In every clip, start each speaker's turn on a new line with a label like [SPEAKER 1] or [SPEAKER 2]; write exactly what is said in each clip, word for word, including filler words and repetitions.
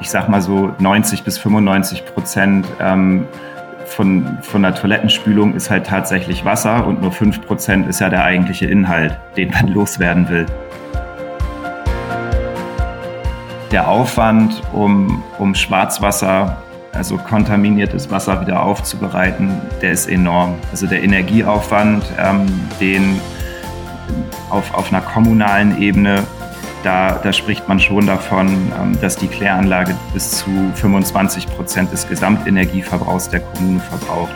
[SPEAKER 1] ich sag mal so neunzig bis fünfundneunzig Prozent ähm, von, von der Toilettenspülung ist halt tatsächlich Wasser und nur fünf Prozent ist ja der eigentliche Inhalt, den man loswerden will. Der Aufwand, um, um Schwarzwasser, also kontaminiertes Wasser wieder aufzubereiten, der ist enorm. Also der Energieaufwand, ähm, den auf, auf einer kommunalen Ebene, da, da spricht man schon davon, ähm, dass die Kläranlage bis zu fünfundzwanzig Prozent des Gesamtenergieverbrauchs der Kommune verbraucht.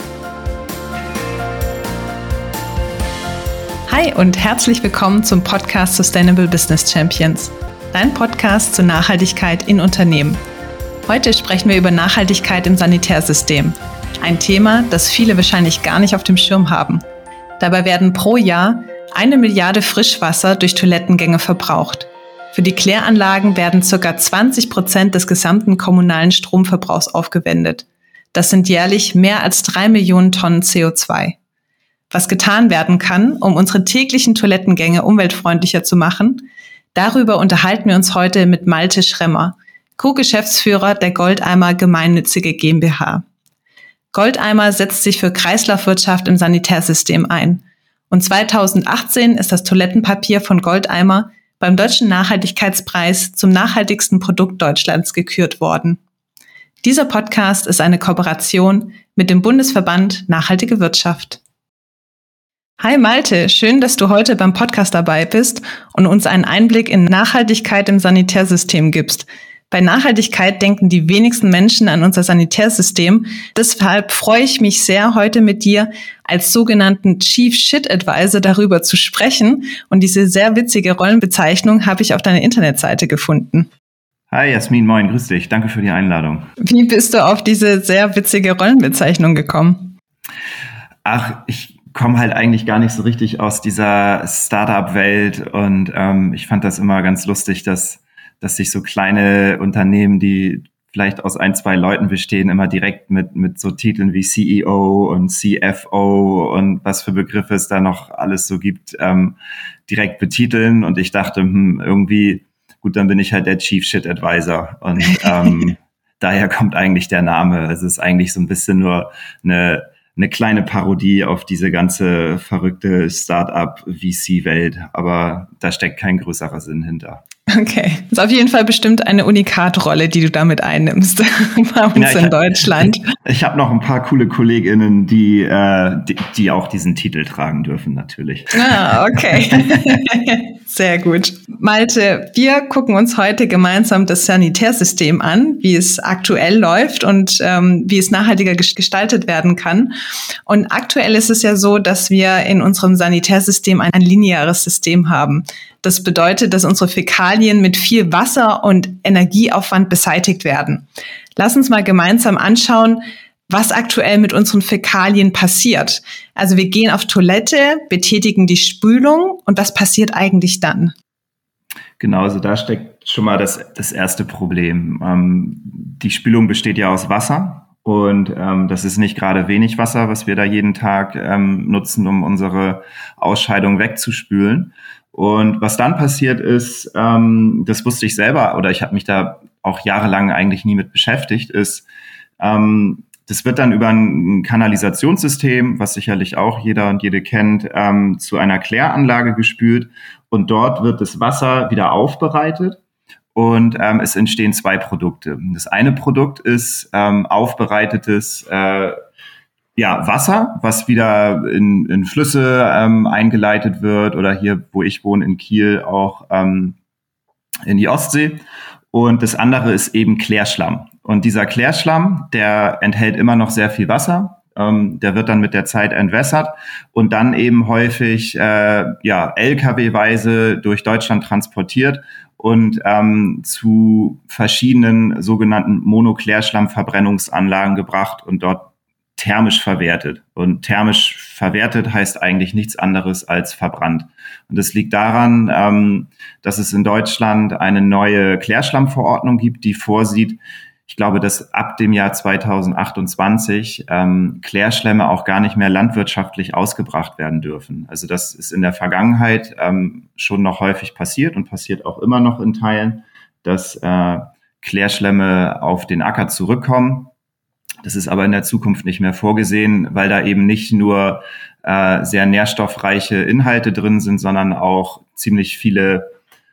[SPEAKER 2] Hi und herzlich willkommen zum Podcast Sustainable Business Champions, dein Podcast zur Nachhaltigkeit in Unternehmen. Heute sprechen wir über Nachhaltigkeit im Sanitärsystem, ein Thema, das viele wahrscheinlich gar nicht auf dem Schirm haben. Dabei werden pro Jahr eine Milliarde Frischwasser durch Toilettengänge verbraucht. Für die Kläranlagen werden ca. zwanzig Prozent des gesamten kommunalen Stromverbrauchs aufgewendet. Das sind jährlich mehr als drei Millionen Tonnen C O zwei. Was getan werden kann, um unsere täglichen Toilettengänge umweltfreundlicher zu machen, darüber unterhalten wir uns heute mit Malte Schremmer, Co-Geschäftsführer der Goldeimer Gemeinnützige GmbH. Goldeimer setzt sich für Kreislaufwirtschaft im Sanitärsystem ein. Und zweitausendachtzehn ist das Toilettenpapier von Goldeimer beim Deutschen Nachhaltigkeitspreis zum nachhaltigsten Produkt Deutschlands gekürt worden. Dieser Podcast ist eine Kooperation mit dem Bundesverband Nachhaltige Wirtschaft. Hi Malte, schön, dass du heute beim Podcast dabei bist und uns einen Einblick in Nachhaltigkeit im Sanitärsystem gibst. Bei Nachhaltigkeit denken die wenigsten Menschen an unser Sanitärsystem. Deshalb freue ich mich sehr, heute mit dir als sogenannten Chief Shit Advisor darüber zu sprechen. Und diese sehr witzige Rollenbezeichnung habe ich auf deiner Internetseite gefunden.
[SPEAKER 1] Hi Jasmin, moin, grüß dich. Danke für die Einladung.
[SPEAKER 2] Wie bist du auf diese sehr witzige Rollenbezeichnung gekommen?
[SPEAKER 1] Ach, ich komme halt eigentlich gar nicht so richtig aus dieser Startup-Welt und ähm, ich fand das immer ganz lustig, dass dass sich so kleine Unternehmen, die vielleicht aus ein, zwei Leuten bestehen, immer direkt mit mit so Titeln wie C E O und C F O und was für Begriffe es da noch alles so gibt, ähm, direkt betiteln. Und ich dachte, hm, irgendwie, gut, dann bin ich halt der Chief Shit Advisor. Und ähm, daher kommt eigentlich der Name. Es ist eigentlich so ein bisschen nur eine eine kleine Parodie auf diese ganze verrückte Start-up-V C-Welt. Aber da steckt kein größerer Sinn hinter.
[SPEAKER 2] Okay, ist auf jeden Fall bestimmt eine Unikatrolle, die du damit einnimmst bei uns ja, in hab, Deutschland.
[SPEAKER 1] Ich, ich habe noch ein paar coole KollegInnen, die, äh, die, die auch diesen Titel tragen dürfen, natürlich.
[SPEAKER 2] Ah, okay. Sehr gut. Malte, wir gucken uns heute gemeinsam das Sanitärsystem an, wie es aktuell läuft und ähm, wie es nachhaltiger gestaltet werden kann. Und aktuell ist es ja so, dass wir in unserem Sanitärsystem ein, ein lineares System haben. Das bedeutet, dass unsere Fäkalien mit viel Wasser und Energieaufwand beseitigt werden. Lass uns mal gemeinsam anschauen, was aktuell mit unseren Fäkalien passiert. Also wir gehen auf Toilette, betätigen die Spülung und was passiert eigentlich dann?
[SPEAKER 1] Genau, also da steckt schon mal das, das erste Problem. Ähm, die Spülung besteht ja aus Wasser und ähm, das ist nicht gerade wenig Wasser, was wir da jeden Tag ähm, nutzen, um unsere Ausscheidung wegzuspülen. Und was dann passiert ist, ähm, das wusste ich selber oder ich habe mich da auch jahrelang eigentlich nie mit beschäftigt, ist, ähm, das wird dann über ein Kanalisationssystem, was sicherlich auch jeder und jede kennt, ähm, zu einer Kläranlage gespült und dort wird das Wasser wieder aufbereitet und ähm, es entstehen zwei Produkte. Das eine Produkt ist ähm, aufbereitetes äh, ja, Wasser, was wieder in, in Flüsse ähm, eingeleitet wird oder hier, wo ich wohne, in Kiel auch ähm, in die Ostsee. Und das andere ist eben Klärschlamm. Und dieser Klärschlamm, der enthält immer noch sehr viel Wasser. Ähm, der wird dann mit der Zeit entwässert und dann eben häufig äh, ja L K W-weise durch Deutschland transportiert und ähm, zu verschiedenen sogenannten Monoklärschlammverbrennungsanlagen gebracht und dort thermisch verwertet. Und thermisch verwertet heißt eigentlich nichts anderes als verbrannt. Und das liegt daran, ähm, dass es in Deutschland eine neue Klärschlammverordnung gibt, die vorsieht, ich glaube, dass ab dem Jahr zweitausendachtundzwanzig ähm, Klärschlämme auch gar nicht mehr landwirtschaftlich ausgebracht werden dürfen. Also das ist in der Vergangenheit ähm, schon noch häufig passiert und passiert auch immer noch in Teilen, dass äh, Klärschlämme auf den Acker zurückkommen. Das ist aber in der Zukunft nicht mehr vorgesehen, weil da eben nicht nur äh, sehr nährstoffreiche Inhalte drin sind, sondern auch ziemlich viele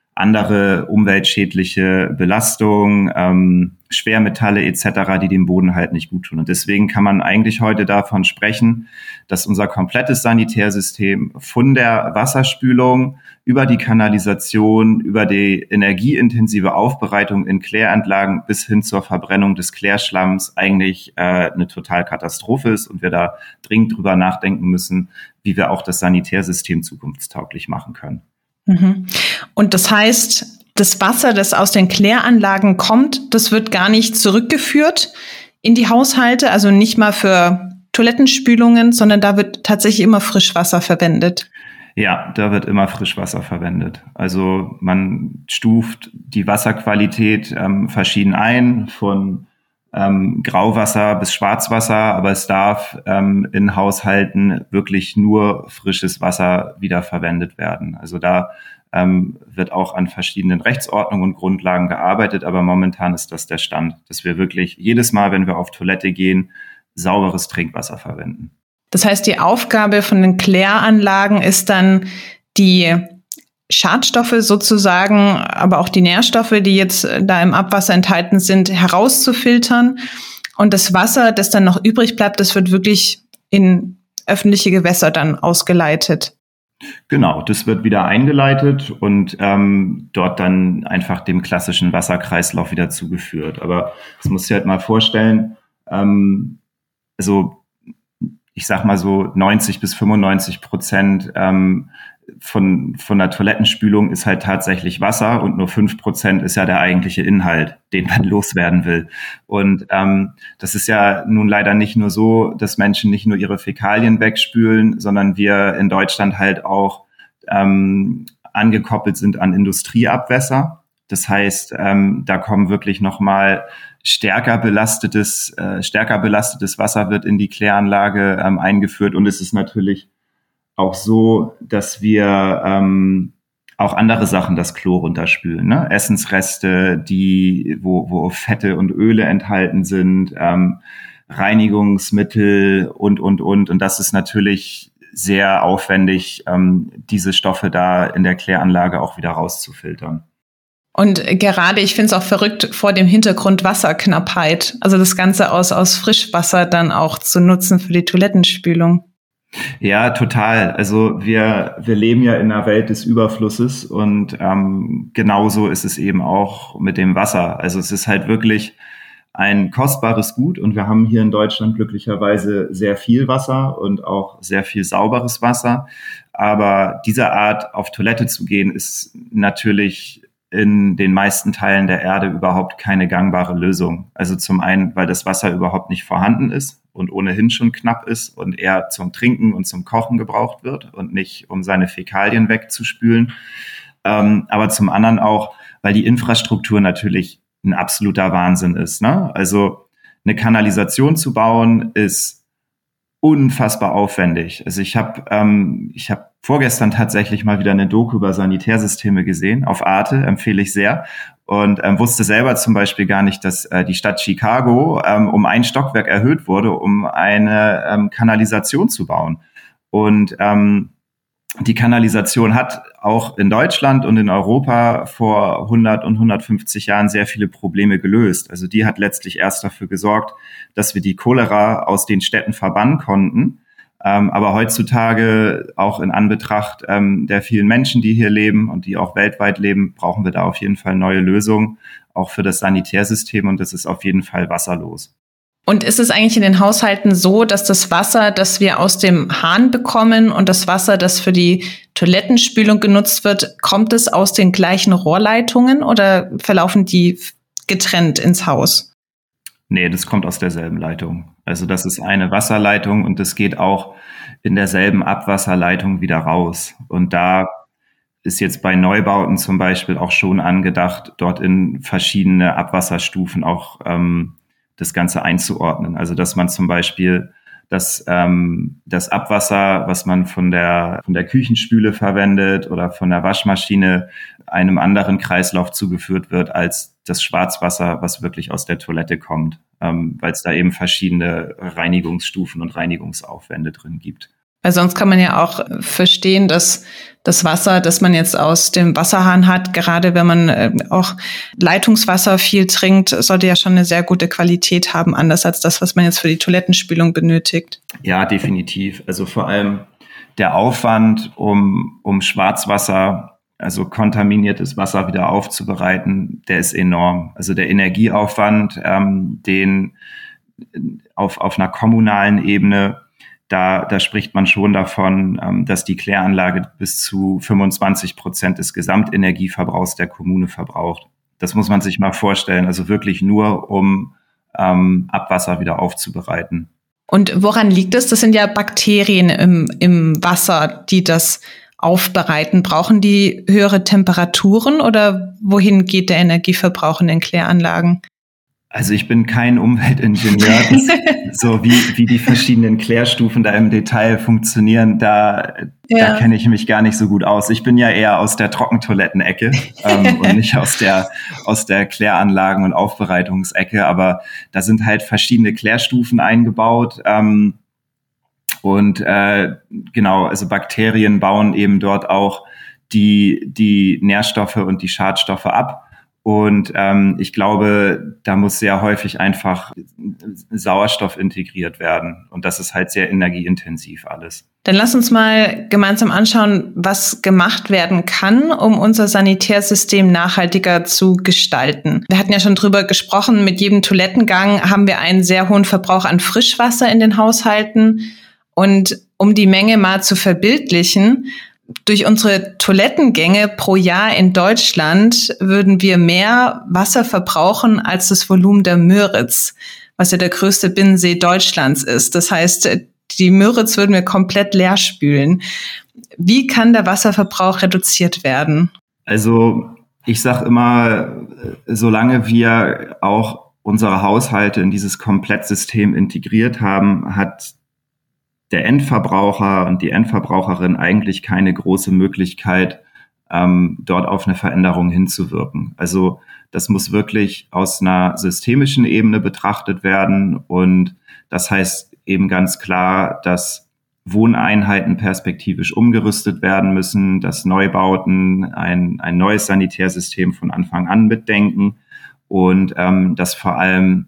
[SPEAKER 1] andere umweltschädliche Belastungen, ähm, Schwermetalle et cetera, die dem Boden halt nicht gut tun. Und deswegen kann man eigentlich heute davon sprechen, dass unser komplettes Sanitärsystem von der Wasserspülung über die Kanalisation, über die energieintensive Aufbereitung in Kläranlagen bis hin zur Verbrennung des Klärschlamms eigentlich äh, eine Totalkatastrophe ist und wir da dringend drüber nachdenken müssen, wie wir auch das Sanitärsystem zukunftstauglich machen können.
[SPEAKER 2] Mhm. Und das heißt, das Wasser, das aus den Kläranlagen kommt, das wird gar nicht zurückgeführt in die Haushalte, also nicht mal für Toilettenspülungen, sondern da wird tatsächlich immer Frischwasser verwendet.
[SPEAKER 1] Ja, da wird immer Frischwasser verwendet. Also man stuft die Wasserqualität ähm, verschieden ein, von ähm, Grauwasser bis Schwarzwasser, aber es darf ähm, in Haushalten wirklich nur frisches Wasser wiederverwendet werden. Also da ähm, wird auch an verschiedenen Rechtsordnungen und Grundlagen gearbeitet, aber momentan ist das der Stand, dass wir wirklich jedes Mal, wenn wir auf Toilette gehen, sauberes Trinkwasser verwenden.
[SPEAKER 2] Das heißt, die Aufgabe von den Kläranlagen ist dann, die Schadstoffe sozusagen, aber auch die Nährstoffe, die jetzt da im Abwasser enthalten sind, herauszufiltern. Und das Wasser, das dann noch übrig bleibt, das wird wirklich in öffentliche Gewässer dann ausgeleitet.
[SPEAKER 1] Genau, das wird wieder eingeleitet und ähm, dort dann einfach dem klassischen Wasserkreislauf wieder zugeführt. Aber das muss ich halt mal vorstellen, ähm, also ich sag mal so neunzig bis fünfundneunzig Prozent ähm, von von der Toilettenspülung ist halt tatsächlich Wasser und nur fünf Prozent ist ja der eigentliche Inhalt, den man loswerden will. Und ähm, das ist ja nun leider nicht nur so, dass Menschen nicht nur ihre Fäkalien wegspülen, sondern wir in Deutschland halt auch ähm, angekoppelt sind an Industrieabwässer. Das heißt, ähm, da kommen wirklich nochmal stärker belastetes, äh, stärker belastetes Wasser wird in die Kläranlage ähm, eingeführt. Und es ist natürlich auch so, dass wir ähm, auch andere Sachen das Klo runterspülen, ne? Essensreste, die, wo, wo Fette und Öle enthalten sind, ähm, Reinigungsmittel und, und, und. Und das ist natürlich sehr aufwendig, ähm, diese Stoffe da in der Kläranlage auch wieder rauszufiltern.
[SPEAKER 2] Und gerade, ich finde es auch verrückt, vor dem Hintergrund Wasserknappheit, also das Ganze aus, aus Frischwasser dann auch zu nutzen für die Toilettenspülung.
[SPEAKER 1] Ja, total. Also wir wir leben ja in einer Welt des Überflusses und ähm, genauso ist es eben auch mit dem Wasser. Also es ist halt wirklich ein kostbares Gut und wir haben hier in Deutschland glücklicherweise sehr viel Wasser und auch sehr viel sauberes Wasser. Aber diese Art, auf Toilette zu gehen, ist natürlich in den meisten Teilen der Erde überhaupt keine gangbare Lösung. Also zum einen, weil das Wasser überhaupt nicht vorhanden ist und ohnehin schon knapp ist und eher zum Trinken und zum Kochen gebraucht wird und nicht, um seine Fäkalien wegzuspülen. Ähm, aber zum anderen auch, weil die Infrastruktur natürlich ein absoluter Wahnsinn ist, ne? Also eine Kanalisation zu bauen ist unfassbar aufwendig. Also ich habe ähm, ich habe vorgestern tatsächlich mal wieder eine Doku über Sanitärsysteme gesehen, auf Arte, empfehle ich sehr. Und ähm, wusste selber zum Beispiel gar nicht, dass äh, die Stadt Chicago ähm, um ein Stockwerk erhöht wurde, um eine ähm, Kanalisation zu bauen. Und ähm, die Kanalisation hat auch in Deutschland und in Europa vor hundert und hundertfünfzig Jahren sehr viele Probleme gelöst. Also die hat letztlich erst dafür gesorgt, dass wir die Cholera aus den Städten verbannen konnten. Ähm, aber heutzutage, auch in Anbetracht ähm, der vielen Menschen, die hier leben und die auch weltweit leben, brauchen wir da auf jeden Fall neue Lösungen, auch für das Sanitärsystem. Und das ist auf jeden Fall wasserlos.
[SPEAKER 2] Und ist es eigentlich in den Haushalten so, dass das Wasser, das wir aus dem Hahn bekommen und das Wasser, das für die Toilettenspülung genutzt wird, kommt es aus den gleichen Rohrleitungen oder verlaufen die getrennt ins Haus?
[SPEAKER 1] Nee, das kommt aus derselben Leitung. Also das ist eine Wasserleitung und das geht auch in derselben Abwasserleitung wieder raus. Und da ist jetzt bei Neubauten zum Beispiel auch schon angedacht, dort in verschiedene Abwasserstufen auch ähm, das Ganze einzuordnen. Also dass man zum Beispiel dass ähm, das Abwasser, was man von der von der Küchenspüle verwendet oder von der Waschmaschine, einem anderen Kreislauf zugeführt wird als das Schwarzwasser, was wirklich aus der Toilette kommt, ähm, weil es da eben verschiedene Reinigungsstufen und Reinigungsaufwände drin gibt.
[SPEAKER 2] Weil sonst kann man ja auch verstehen, dass das Wasser, das man jetzt aus dem Wasserhahn hat, gerade wenn man äh, auch Leitungswasser viel trinkt, sollte ja schon eine sehr gute Qualität haben, anders als das, was man jetzt für die Toilettenspülung benötigt.
[SPEAKER 1] Ja, definitiv. Also vor allem der Aufwand, um, um Schwarzwasser, also kontaminiertes Wasser wieder aufzubereiten, der ist enorm. Also der Energieaufwand, ähm, den auf, auf einer kommunalen Ebene, Da, da spricht man schon davon, ähm, dass die Kläranlage bis zu fünfundzwanzig Prozent des Gesamtenergieverbrauchs der Kommune verbraucht. Das muss man sich mal vorstellen, also wirklich nur, um ähm, Abwasser wieder aufzubereiten.
[SPEAKER 2] Und woran liegt es? Das sind ja Bakterien im, im Wasser, die das aufbereiten. Brauchen die höhere Temperaturen oder wohin geht der Energieverbrauch in den Kläranlagen?
[SPEAKER 1] Also ich bin kein Umweltingenieur, das, so wie, wie die verschiedenen Klärstufen da im Detail funktionieren, da, ja. da kenne ich mich gar nicht so gut aus. Ich bin ja eher aus der Trockentoilettenecke ähm, und nicht aus der, aus der Kläranlagen- und Aufbereitungsecke, aber da sind halt verschiedene Klärstufen eingebaut ähm, und äh, genau, also Bakterien bauen eben dort auch die, die Nährstoffe und die Schadstoffe ab. Und ähm, ich glaube, da muss sehr häufig einfach Sauerstoff integriert werden. Und das ist halt sehr energieintensiv alles.
[SPEAKER 2] Dann lass uns mal gemeinsam anschauen, was gemacht werden kann, um unser Sanitärsystem nachhaltiger zu gestalten. Wir hatten ja schon drüber gesprochen, mit jedem Toilettengang haben wir einen sehr hohen Verbrauch an Frischwasser in den Haushalten. Und um die Menge mal zu verbildlichen, durch unsere Toilettengänge pro Jahr in Deutschland würden wir mehr Wasser verbrauchen als das Volumen der Müritz, was ja der größte Binnensee Deutschlands ist. Das heißt, die Müritz würden wir komplett leer spülen. Wie kann der Wasserverbrauch reduziert werden?
[SPEAKER 1] Also ich sage immer, solange wir auch unsere Haushalte in dieses Komplettsystem integriert haben, hat der Endverbraucher und die Endverbraucherin eigentlich keine große Möglichkeit, ähm, dort auf eine Veränderung hinzuwirken. Also das muss wirklich aus einer systemischen Ebene betrachtet werden und das heißt eben ganz klar, dass Wohneinheiten perspektivisch umgerüstet werden müssen, dass Neubauten ein, ein neues Sanitärsystem von Anfang an mitdenken und ähm, dass vor allem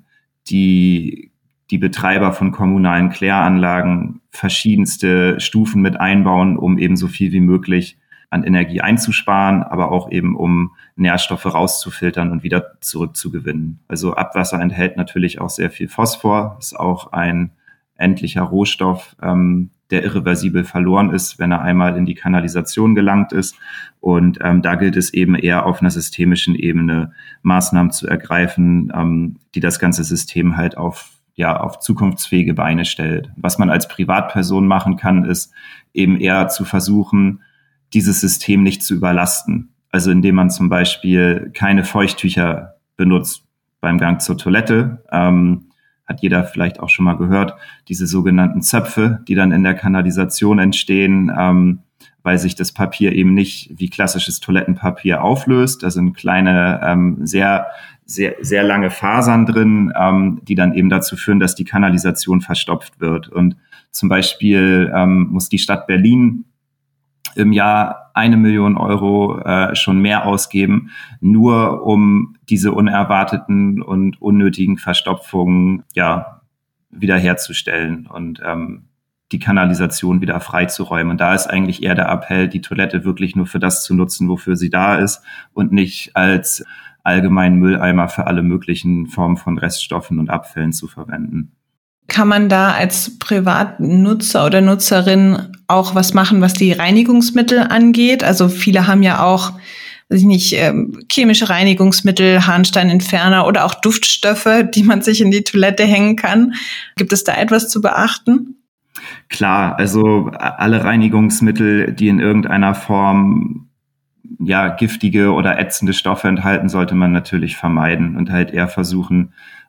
[SPEAKER 1] die die Betreiber von kommunalen Kläranlagen verschiedenste Stufen mit einbauen, um eben so viel wie möglich an Energie einzusparen, aber auch eben um Nährstoffe rauszufiltern und wieder zurückzugewinnen. Also Abwasser enthält natürlich auch sehr viel Phosphor, ist auch ein endlicher Rohstoff, ähm, der irreversibel verloren ist, wenn er einmal in die Kanalisation gelangt ist. Und ähm, da gilt es eben eher auf einer systemischen Ebene Maßnahmen zu ergreifen, ähm, die das ganze System halt auf ja, auf zukunftsfähige Beine stellt. Was man als Privatperson machen kann, ist eben eher zu versuchen, dieses System nicht zu überlasten. Also indem man zum Beispiel keine Feuchttücher benutzt beim Gang zur Toilette. Ähm, hat jeder vielleicht auch schon mal gehört, diese sogenannten Zöpfe, die dann in der Kanalisation entstehen, ähm, weil sich das Papier eben nicht wie klassisches Toilettenpapier auflöst. Da sind kleine, ähm, sehr sehr sehr lange Fasern drin, ähm, die dann eben dazu führen, dass die Kanalisation verstopft wird. Und zum Beispiel ähm, muss die Stadt Berlin im Jahr eine Million Euro äh, schon mehr ausgeben, nur um diese unerwarteten und unnötigen Verstopfungen ja wiederherzustellen und ähm, die Kanalisation wieder freizuräumen. Und da ist eigentlich eher der Appell, die Toilette wirklich nur für das zu nutzen, wofür sie da ist und nicht als allgemeinen Mülleimer für alle möglichen Formen von Reststoffen und Abfällen zu verwenden.
[SPEAKER 2] Kann man da als Privatnutzer oder Nutzerin auch was machen, was die Reinigungsmittel angeht? Also viele haben ja auch, weiß ich nicht, chemische Reinigungsmittel, Harnsteinentferner oder auch Duftstoffe, die man sich in die Toilette hängen kann. Gibt es da etwas zu beachten?
[SPEAKER 1] Klar, also alle Reinigungsmittel, die in irgendeiner Form ja giftige oder ätzende Stoffe enthalten, sollte man natürlich vermeiden und halt eher versuchen,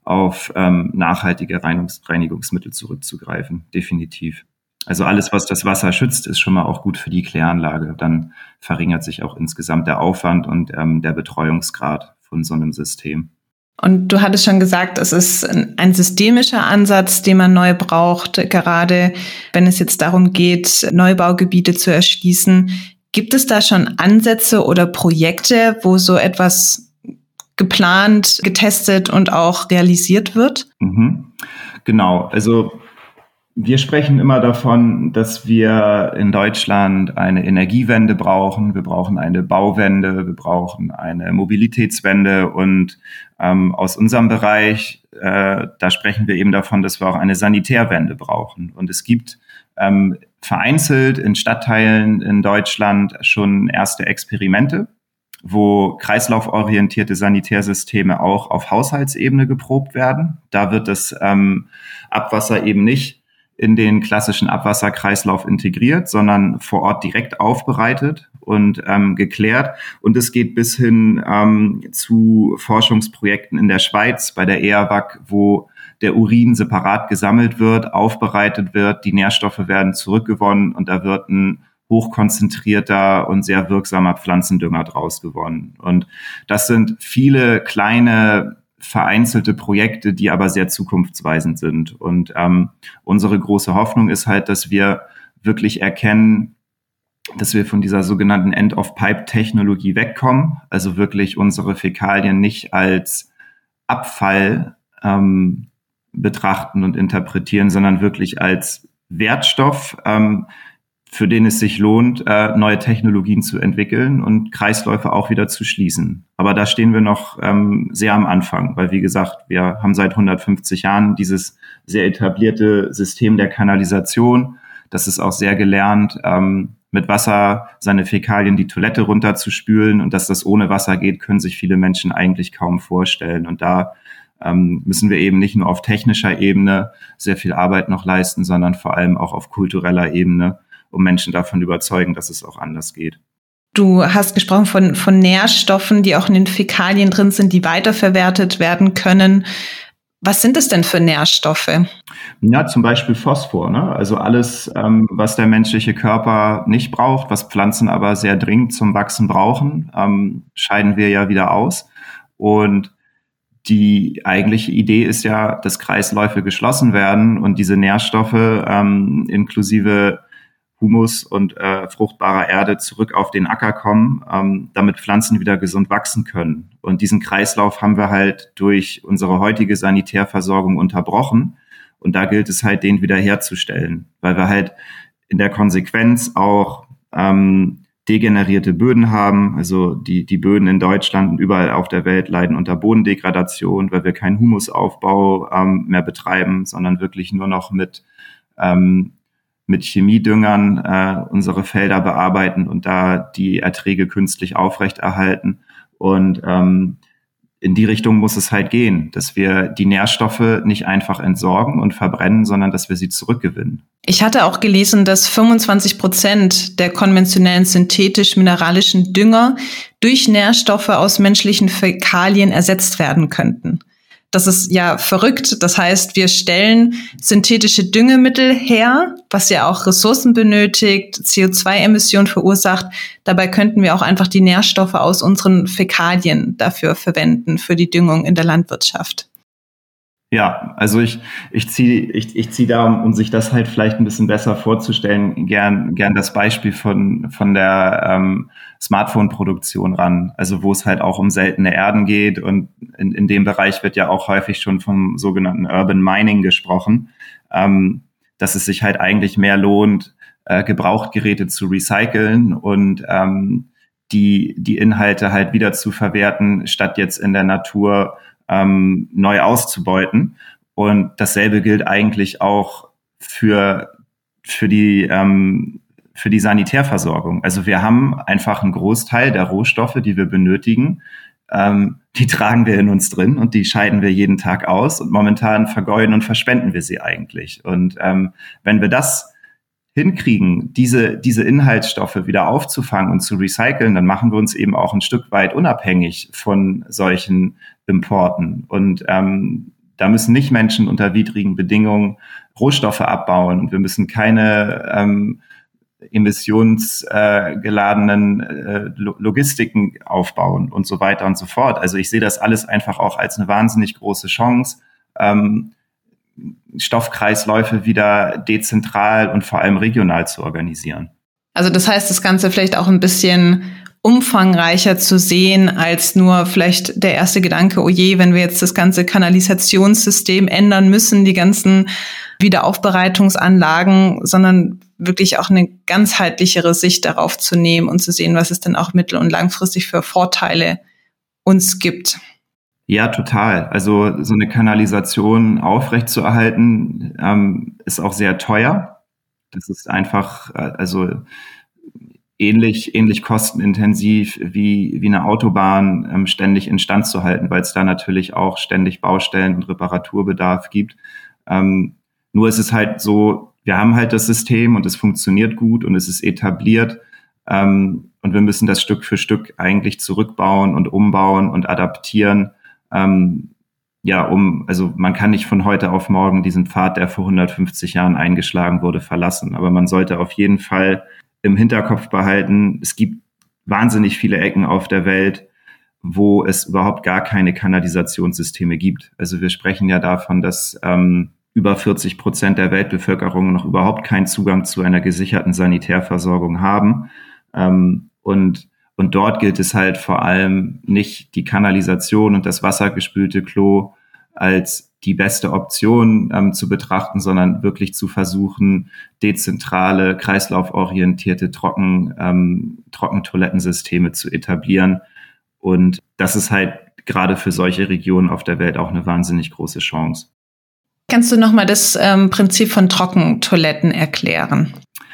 [SPEAKER 1] auf ähm, nachhaltige Reinigungs- Reinigungsmittel zurückzugreifen, definitiv. Also alles, was das Wasser schützt, ist schon mal auch gut für die Kläranlage. Dann verringert sich auch insgesamt der Aufwand und ähm, der Betreuungsgrad von so einem System.
[SPEAKER 2] Und du hattest schon gesagt, es ist ein systemischer Ansatz, den man neu braucht, gerade wenn es jetzt darum geht, Neubaugebiete zu erschließen. Gibt es da schon Ansätze oder Projekte, wo so etwas geplant, getestet und auch realisiert wird?
[SPEAKER 1] Mhm. Genau, also wir sprechen immer davon, dass wir in Deutschland eine Energiewende brauchen. Wir brauchen eine Bauwende, wir brauchen eine Mobilitätswende und ähm, aus unserem Bereich, äh, da sprechen wir eben davon, dass wir auch eine Sanitärwende brauchen. Und es gibt ähm, vereinzelt in Stadtteilen in Deutschland schon erste Experimente, wo kreislauforientierte Sanitärsysteme auch auf Haushaltsebene geprobt werden. Da wird das ähm, Abwasser eben nicht in den klassischen Abwasserkreislauf integriert, sondern vor Ort direkt aufbereitet und ähm, geklärt. Und es geht bis hin ähm, zu Forschungsprojekten in der Schweiz bei der E A W A C, wo der Urin separat gesammelt wird, aufbereitet wird, die Nährstoffe werden zurückgewonnen und da wird ein hochkonzentrierter und sehr wirksamer Pflanzendünger draus gewonnen. Und das sind viele kleine vereinzelte Projekte, die aber sehr zukunftsweisend sind. Und ähm, unsere große Hoffnung ist halt, dass wir wirklich erkennen, dass wir von dieser sogenannten End-of-Pipe-Technologie wegkommen, also wirklich unsere Fäkalien nicht als Abfall ähm, betrachten und interpretieren, sondern wirklich als Wertstoff, ähm, für den es sich lohnt, äh, neue Technologien zu entwickeln und Kreisläufe auch wieder zu schließen. Aber da stehen wir noch ähm, sehr am Anfang, weil wie gesagt, wir haben seit hundertfünfzig Jahren dieses sehr etablierte System der Kanalisation. Das ist auch sehr gelernt, ähm, mit Wasser seine Fäkalien die Toilette runterzuspülen, und dass das ohne Wasser geht, können sich viele Menschen eigentlich kaum vorstellen. Und da ähm, müssen wir eben nicht nur auf technischer Ebene sehr viel Arbeit noch leisten, sondern vor allem auch auf kultureller Ebene, um Menschen davon überzeugen, dass es auch anders geht.
[SPEAKER 2] Du hast gesprochen von, von Nährstoffen, die auch in den Fäkalien drin sind, die weiterverwertet werden können. Was sind es denn für Nährstoffe?
[SPEAKER 1] Ja, zum Beispiel Phosphor, ne? Also alles, ähm, was der menschliche Körper nicht braucht, was Pflanzen aber sehr dringend zum Wachsen brauchen, ähm, scheiden wir ja wieder aus. Und die eigentliche Idee ist ja, dass Kreisläufe geschlossen werden und diese Nährstoffe ähm, inklusive Humus und äh, fruchtbarer Erde zurück auf den Acker kommen, ähm, damit Pflanzen wieder gesund wachsen können. Und diesen Kreislauf haben wir halt durch unsere heutige Sanitärversorgung unterbrochen. Und da gilt es halt, den wieder herzustellen, weil wir halt in der Konsequenz auch ähm, degenerierte Böden haben. Also die, die Böden in Deutschland und überall auf der Welt leiden unter Bodendegradation, weil wir keinen Humusaufbau ähm, mehr betreiben, sondern wirklich nur noch mit ähm, mit Chemiedüngern äh, unsere Felder bearbeiten und da die Erträge künstlich aufrechterhalten. Und ähm, in die Richtung muss es halt gehen, dass wir die Nährstoffe nicht einfach entsorgen und verbrennen, sondern dass wir sie zurückgewinnen.
[SPEAKER 2] Ich hatte auch gelesen, dass fünfundzwanzig Prozent der konventionellen synthetisch-mineralischen Dünger durch Nährstoffe aus menschlichen Fäkalien ersetzt werden könnten. Das ist ja verrückt. Das heißt, wir stellen synthetische Düngemittel her, was ja auch Ressourcen benötigt, C O zwei Emissionen verursacht. Dabei könnten wir auch einfach die Nährstoffe aus unseren Fäkalien dafür verwenden, für die Düngung in der Landwirtschaft.
[SPEAKER 1] Ja, also ich ich ziehe ich, ich zieh da, um, um sich das halt vielleicht ein bisschen besser vorzustellen, gern gern das Beispiel von von der ähm, Smartphone-Produktion ran, also wo es halt auch um seltene Erden geht, und in, in dem Bereich wird ja auch häufig schon vom sogenannten Urban Mining gesprochen, ähm, dass es sich halt eigentlich mehr lohnt, äh, Gebrauchtgeräte zu recyceln und ähm, die die Inhalte halt wieder zu verwerten, statt jetzt in der Natur Ähm, neu auszubeuten. Und dasselbe gilt eigentlich auch für für die ähm, für die Sanitärversorgung. Also wir haben einfach einen Großteil der Rohstoffe, die wir benötigen, ähm, die tragen wir in uns drin und die scheiden wir jeden Tag aus, und momentan vergeuden und verschwenden wir sie eigentlich. Und ähm, wenn wir das hinkriegen, diese diese Inhaltsstoffe wieder aufzufangen und zu recyceln, dann machen wir uns eben auch ein Stück weit unabhängig von solchen Importen. Und ähm, da müssen nicht Menschen unter widrigen Bedingungen Rohstoffe abbauen und wir müssen keine ähm, emissionsgeladenen äh, äh, Logistiken aufbauen und so weiter und so fort. Also ich sehe das alles einfach auch als eine wahnsinnig große Chance, ähm, Stoffkreisläufe wieder dezentral und vor allem regional zu organisieren.
[SPEAKER 2] Also das heißt, das Ganze vielleicht auch ein bisschen umfangreicher zu sehen als nur vielleicht der erste Gedanke, oh je, wenn wir jetzt das ganze Kanalisationssystem ändern müssen, die ganzen Wiederaufbereitungsanlagen, sondern wirklich auch eine ganzheitlichere Sicht darauf zu nehmen und zu sehen, was es denn auch mittel- und langfristig für Vorteile uns gibt.
[SPEAKER 1] Ja, total. Also so eine Kanalisation aufrechtzuerhalten, ähm, ist auch sehr teuer. Das ist einfach, also ähnlich, ähnlich kostenintensiv wie, wie eine Autobahn ähm, ständig instand zu halten, weil es da natürlich auch ständig Baustellen und Reparaturbedarf gibt. Ähm, nur ist es halt so, wir haben halt das System und es funktioniert gut und es ist etabliert. Ähm, und wir müssen das Stück für Stück eigentlich zurückbauen und umbauen und adaptieren. Ähm, ja, um, also man kann nicht von heute auf morgen diesen Pfad, der vor hundertfünfzig Jahren eingeschlagen wurde, verlassen. Aber man sollte auf jeden Fall im Hinterkopf behalten, es gibt wahnsinnig viele Ecken auf der Welt, wo es überhaupt gar keine Kanalisationssysteme gibt. Also wir sprechen ja davon, dass ähm, über vierzig Prozent der Weltbevölkerung noch überhaupt keinen Zugang zu einer gesicherten Sanitärversorgung haben. Ähm, und Und dort gilt es halt vor allem nicht die Kanalisation und das wassergespülte Klo als die beste Option ähm, zu betrachten, sondern wirklich zu versuchen, dezentrale, kreislauforientierte Trocken, ähm, Trockentoilettensysteme zu etablieren. Und das ist halt gerade für solche Regionen auf der Welt auch eine wahnsinnig große Chance.
[SPEAKER 2] Kannst du nochmal das ähm, Prinzip von Trockentoiletten erklären?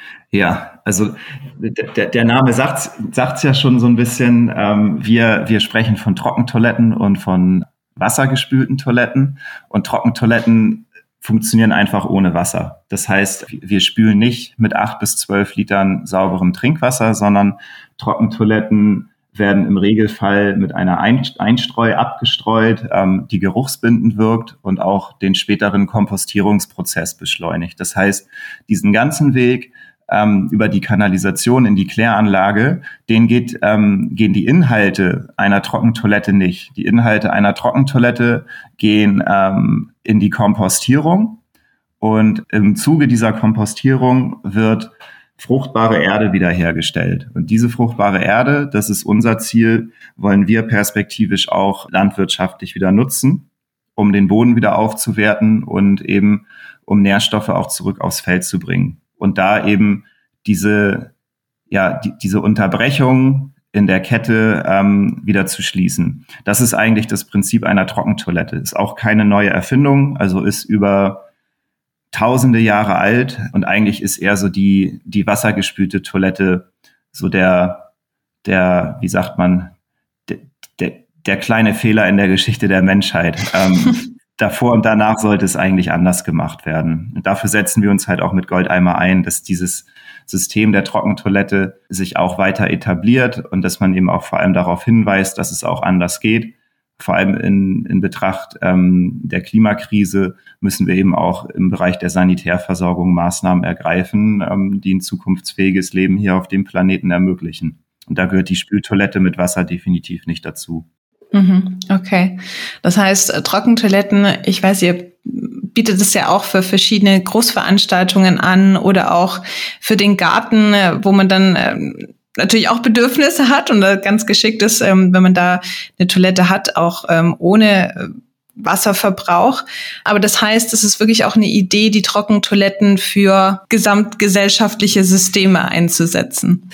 [SPEAKER 1] Ja, also der, der Name sagt sagt's ja schon so ein bisschen. Ähm, wir, wir sprechen von Trockentoiletten und von wassergespülten Toiletten. Und Trockentoiletten funktionieren einfach ohne Wasser. Das heißt, wir spülen nicht mit acht bis zwölf Litern sauberem Trinkwasser, sondern Trockentoiletten werden im Regelfall mit einer Einstreu abgestreut, ähm, die geruchsbindend wirkt und auch den späteren Kompostierungsprozess beschleunigt. Das heißt, diesen ganzen Weg ähm, über die Kanalisation in die Kläranlage, den geht, ähm, gehen die Inhalte einer Trockentoilette nicht. Die Inhalte einer Trockentoilette gehen ähm, in die Kompostierung und im Zuge dieser Kompostierung wird fruchtbare Erde wiederhergestellt. Und diese fruchtbare Erde, das ist unser Ziel, wollen wir perspektivisch auch landwirtschaftlich wieder nutzen, um den Boden wieder aufzuwerten und eben um Nährstoffe auch zurück aufs Feld zu bringen. Und da eben diese, ja, die, diese Unterbrechung in der Kette ähm, wieder zu schließen. Das ist eigentlich das Prinzip einer Trockentoilette. Ist auch keine neue Erfindung, also ist über tausende Jahre alt und eigentlich ist eher so die, die wassergespülte Toilette so der, der, wie sagt man, der, der, der kleine Fehler in der Geschichte der Menschheit. Ähm, davor und danach sollte es eigentlich anders gemacht werden. Und dafür setzen wir uns halt auch mit Goldeimer ein, dass dieses System der Trockentoilette sich auch weiter etabliert und dass man eben auch vor allem darauf hinweist, dass es auch anders geht. Vor allem in, in Betracht ähm, der Klimakrise müssen wir eben auch im Bereich der Sanitärversorgung Maßnahmen ergreifen, ähm, die ein zukunftsfähiges Leben hier auf dem Planeten ermöglichen. Und da gehört die Spültoilette mit Wasser definitiv nicht dazu.
[SPEAKER 2] Mhm, okay. Das heißt, Trockentoiletten, ich weiß, ihr bietet es ja auch für verschiedene Großveranstaltungen an oder auch für den Garten, wo man dann ähm, natürlich auch Bedürfnisse hat und ganz geschickt ist, ähm, wenn man da eine Toilette hat, auch ähm, ohne äh, Wasserverbrauch. Aber das heißt, es ist wirklich auch eine Idee, die Trockentoiletten für gesamtgesellschaftliche Systeme einzusetzen.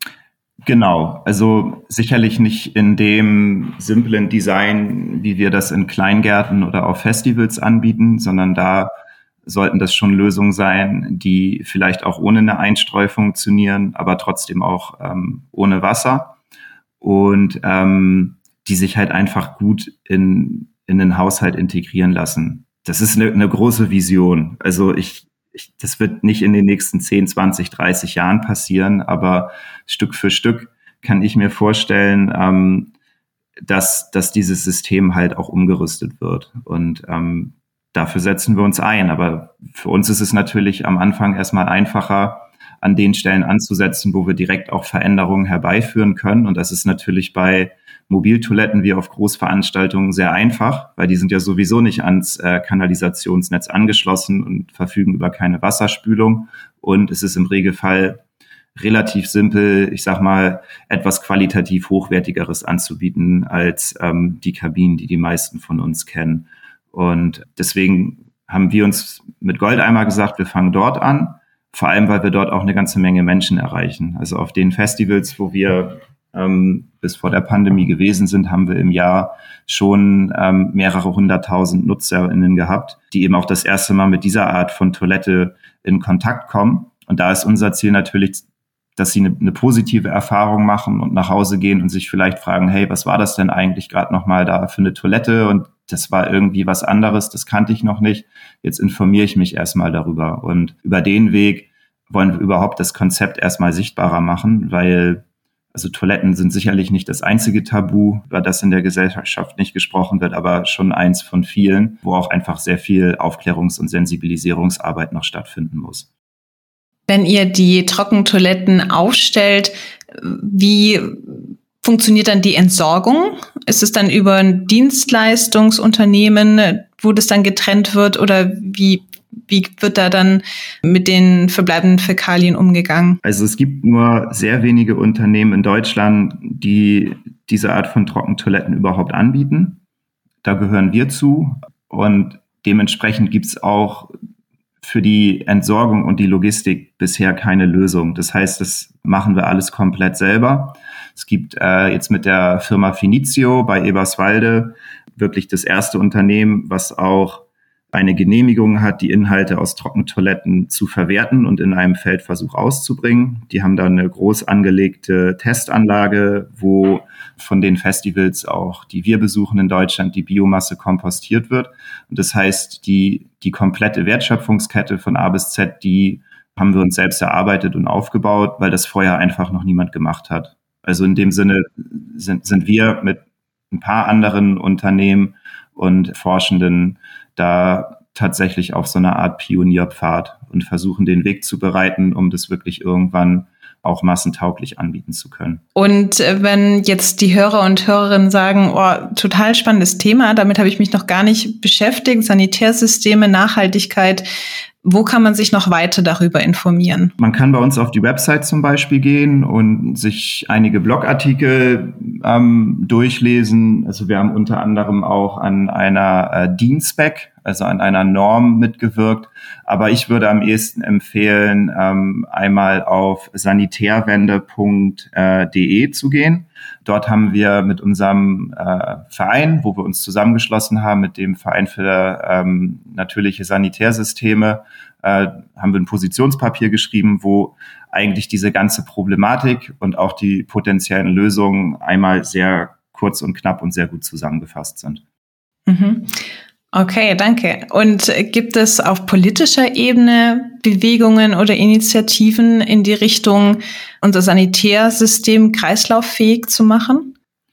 [SPEAKER 1] Genau, also sicherlich nicht in dem simplen Design, wie wir das in Kleingärten oder auf Festivals anbieten, sondern da sollten das schon Lösungen sein, die vielleicht auch ohne eine Einstreu funktionieren, aber trotzdem auch ähm, ohne Wasser und ähm, die sich halt einfach gut in, in den Haushalt integrieren lassen. Das ist eine, eine große Vision. Also ich, ich, das wird nicht in den nächsten zehn, zwanzig, dreißig Jahren passieren, aber Stück für Stück kann ich mir vorstellen, ähm, dass, dass dieses System halt auch umgerüstet wird. Und ähm, dafür setzen wir uns ein. Aber für uns ist es natürlich am Anfang erstmal einfacher, an den Stellen anzusetzen, wo wir direkt auch Veränderungen herbeiführen können. Und das ist natürlich bei Mobiltoiletten wie auf Großveranstaltungen sehr einfach, weil die sind ja sowieso nicht ans äh, Kanalisationsnetz angeschlossen und verfügen über keine Wasserspülung. Und es ist im Regelfall relativ simpel, ich sag mal, etwas qualitativ Hochwertigeres anzubieten als ähm, die Kabinen, die die meisten von uns kennen. Und deswegen haben wir uns mit Goldeimer gesagt, wir fangen dort an, vor allem, weil wir dort auch eine ganze Menge Menschen erreichen. Also auf den Festivals, wo wir ähm, bis vor der Pandemie gewesen sind, haben wir im Jahr schon ähm, mehrere hunderttausend NutzerInnen gehabt, die eben auch das erste Mal mit dieser Art von Toilette in Kontakt kommen. Und da ist unser Ziel natürlich, dass sie eine, eine positive Erfahrung machen und nach Hause gehen und sich vielleicht fragen, hey, was war das denn eigentlich gerade nochmal da für eine Toilette? Und das war irgendwie was anderes, das kannte ich noch nicht. Jetzt informiere ich mich erstmal darüber. Und über den Weg wollen wir überhaupt das Konzept erstmal sichtbarer machen, weil also Toiletten sind sicherlich nicht das einzige Tabu, über das in der Gesellschaft nicht gesprochen wird, aber schon eins von vielen, wo auch einfach sehr viel Aufklärungs- und Sensibilisierungsarbeit noch stattfinden muss.
[SPEAKER 2] Wenn ihr die Trockentoiletten aufstellt, wie funktioniert dann die Entsorgung? Ist es dann über ein Dienstleistungsunternehmen, wo das dann getrennt wird, oder wie Wie wird da dann mit den verbleibenden Fäkalien umgegangen?
[SPEAKER 1] Also es gibt nur sehr wenige Unternehmen in Deutschland, die diese Art von Trockentoiletten überhaupt anbieten. Da gehören wir zu. Und dementsprechend gibt es auch für die Entsorgung und die Logistik bisher keine Lösung. Das heißt, das machen wir alles komplett selber. Es gibt äh, jetzt mit der Firma Finizio bei Eberswalde wirklich das erste Unternehmen, was auch eine Genehmigung hat, die Inhalte aus Trockentoiletten zu verwerten und in einem Feldversuch auszubringen. Die haben da eine groß angelegte Testanlage, wo von den Festivals auch, die wir besuchen in Deutschland, die Biomasse kompostiert wird. Und das heißt, die, die komplette Wertschöpfungskette von A bis Z, die haben wir uns selbst erarbeitet und aufgebaut, weil das vorher einfach noch niemand gemacht hat. Also in dem Sinne sind, sind wir mit ein paar anderen Unternehmen und Forschenden da tatsächlich auf so eine Art Pionierpfad und versuchen, den Weg zu bereiten, um das wirklich irgendwann auch massentauglich anbieten zu können.
[SPEAKER 2] Und wenn jetzt die Hörer und Hörerinnen sagen, oh, total spannendes Thema, damit habe ich mich noch gar nicht beschäftigt, Sanitärsysteme, Nachhaltigkeit, wo kann man sich noch weiter darüber informieren?
[SPEAKER 1] Man kann bei uns auf die Website zum Beispiel gehen und sich einige Blogartikel ähm, durchlesen. Also wir haben unter anderem auch an einer äh, D I N-Spec, also an einer Norm mitgewirkt. Aber ich würde am ehesten empfehlen, ähm, einmal auf sanitärwende punkt de zu gehen. Dort haben wir mit unserem äh, Verein, wo wir uns zusammengeschlossen haben, mit dem Verein für ähm, natürliche Sanitärsysteme, äh, haben wir ein Positionspapier geschrieben, wo eigentlich diese ganze Problematik und auch die potenziellen Lösungen einmal sehr kurz und knapp und sehr gut zusammengefasst sind.
[SPEAKER 2] Mhm. Okay, danke. Und gibt es auf politischer Ebene Bewegungen oder Initiativen in die Richtung, unser Sanitärsystem kreislauffähig zu machen?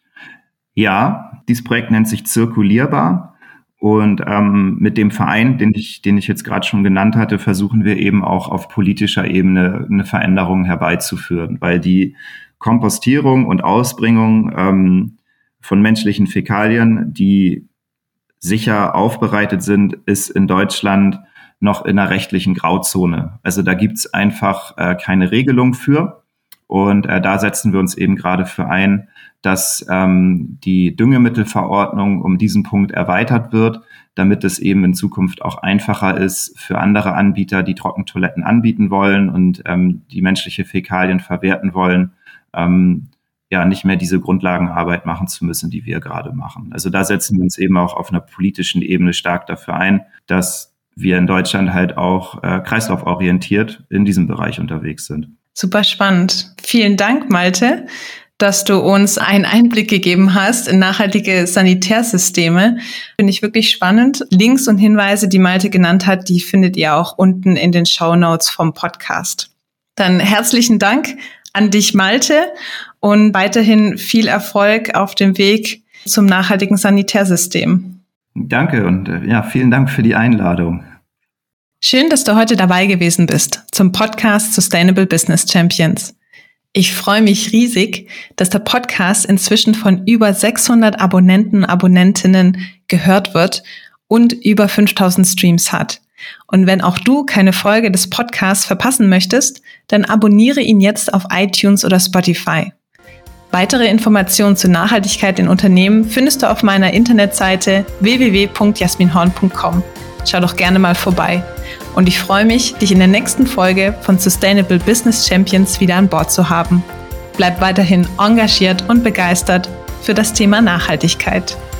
[SPEAKER 1] Ja, dieses Projekt nennt sich Zirkulierbar. Und ähm, mit dem Verein, den ich, den ich jetzt gerade schon genannt hatte, versuchen wir eben auch auf politischer Ebene eine Veränderung herbeizuführen, weil die Kompostierung und Ausbringung ähm, von menschlichen Fäkalien, die sicher aufbereitet sind, ist in Deutschland noch in einer rechtlichen Grauzone. Also da gibt's einfach äh, keine Regelung für. Und äh, da setzen wir uns eben gerade für ein, dass ähm, die Düngemittelverordnung um diesen Punkt erweitert wird, damit es eben in Zukunft auch einfacher ist für andere Anbieter, die Trockentoiletten anbieten wollen und ähm, die menschliche Fäkalien verwerten wollen, ähm, ja nicht mehr diese Grundlagenarbeit machen zu müssen, die wir gerade machen. Also da setzen wir uns eben auch auf einer politischen Ebene stark dafür ein, dass wir in Deutschland halt auch äh, kreislauforientiert in diesem Bereich unterwegs sind.
[SPEAKER 2] Super spannend. Vielen Dank, Malte, dass du uns einen Einblick gegeben hast in nachhaltige Sanitärsysteme. Finde ich wirklich spannend. Links und Hinweise, die Malte genannt hat, die findet ihr auch unten in den Shownotes vom Podcast. Dann herzlichen Dank an dich, Malte, und weiterhin viel Erfolg auf dem Weg zum nachhaltigen Sanitärsystem.
[SPEAKER 1] Danke und äh, ja, vielen Dank für die Einladung.
[SPEAKER 2] Schön, dass du heute dabei gewesen bist zum Podcast Sustainable Business Champions. Ich freue mich riesig, dass der Podcast inzwischen von über sechshundert Abonnenten und Abonnentinnen gehört wird und über fünftausend Streams hat. Und wenn auch du keine Folge des Podcasts verpassen möchtest, dann abonniere ihn jetzt auf iTunes oder Spotify. Weitere Informationen zur Nachhaltigkeit in Unternehmen findest du auf meiner Internetseite w w w punkt jasmin horn punkt com. Schau doch gerne mal vorbei. Und ich freue mich, dich in der nächsten Folge von Sustainable Business Champions wieder an Bord zu haben. Bleib weiterhin engagiert und begeistert für das Thema Nachhaltigkeit.